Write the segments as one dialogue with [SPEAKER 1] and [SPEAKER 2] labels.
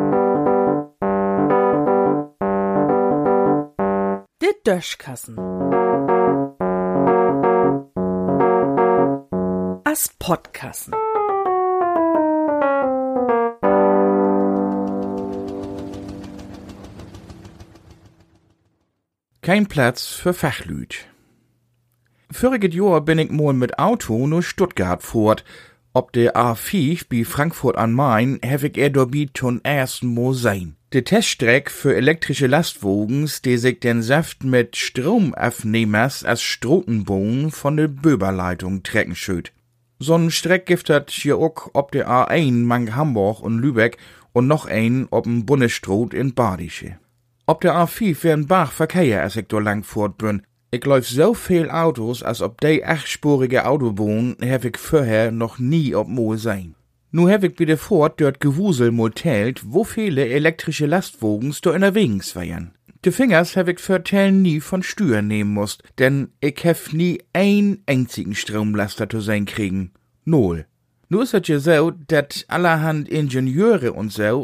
[SPEAKER 1] De Döschkassen. As Podkassen.
[SPEAKER 2] Kein Platz für Fachlüd. Voriges Jahr bin ich mal mit Auto nur Stuttgart fort. Ob der A5 bei Frankfurt am Main hab ich dabei zum ersten Mal sein. De Teststreck für elektrische Lastwagens, die sich den Saft mit Stromabnehmers als Strotenbohnen von der Böberleitung trecken schüt. So'n Streck gibt dat hier auch ob der A1 mang Hamburg und Lübeck und noch ein ob'n Bundesstraat in Badische. Ob der A5 wär ein Bachverkehr, als ich da lang fort bin. Ich läuf so viel Autos, als ob die achtspurige Autobahn hab ich vorher noch nie ob Moe sein. Nu hab ich wieder fort dort Gewusel motelt, wo viele elektrische Lastwagens da unterwegs wären. De Fingers hab ich für Tellen nie von Steuer nehmen musst, denn ich hab nie einen einzigen Stromlaster zu sein kriegen. Null. Nu is het ja so, dat allerhand Ingenieure und so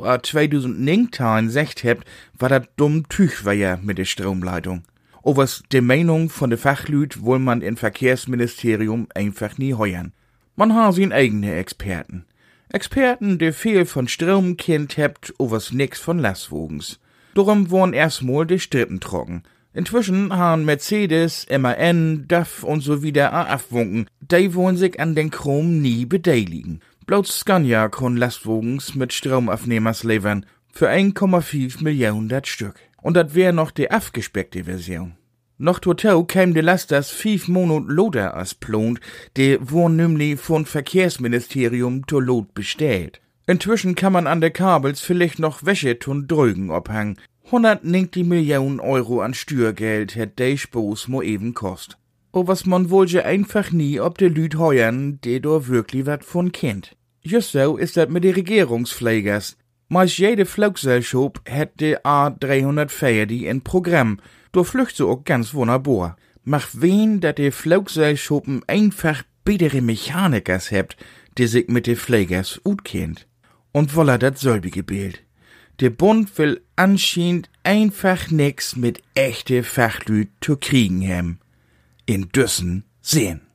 [SPEAKER 2] 2019 gesagt habt, war dat dumm Tüch war ja mit der Stromleitung. O was de Meinung von de Fachlüd wohl man im Verkehrsministerium einfach nie heuern. Man ha sin eigene Experten. Experten, die viel von Strom kennt habt, o was nix von Lastwagens. Darum waren erstmal die Strippen trocken. Inzwischen haben Mercedes, MAN, DAF und so wieder abwunken. Die wollen sich an den Chrom nie beteiligen. Bloß Scania kann Lastwagens mit Stromabnehmers liefern. Für 1,5 Millionen dat Stück. Und dat wär noch die abgespeckte Version. Noch total käm de Lasters 5 Monat loder als plant. Die wurden nämlich von Verkehrsministerium to Lot bestellt. Inzwischen kann man an de Kabels vielleicht noch Wäsche und Drögen abhangen. 190 Millionen Euro an Steuergeld hätt de Spoß mo eben kost. O was man wohl je einfach nie ob de Lüd heuern, die do wirklich wat von kennt. Just so ist dat mit de Regierungsfliegers. Meist jede Fluggesellschaft hätt de A340 in Programm. Do flücht so auch ganz wunderbar. Mach wen, dat de Fluggesellschaften einfach bittere Mechanikers hebt, die sich mit de Fliegers gut kennt. Und wolla dat selbe Bild. Der Bund will anscheinend einfach nix mit echte Fachlüd zu kriegen haben. In Düssen sehen.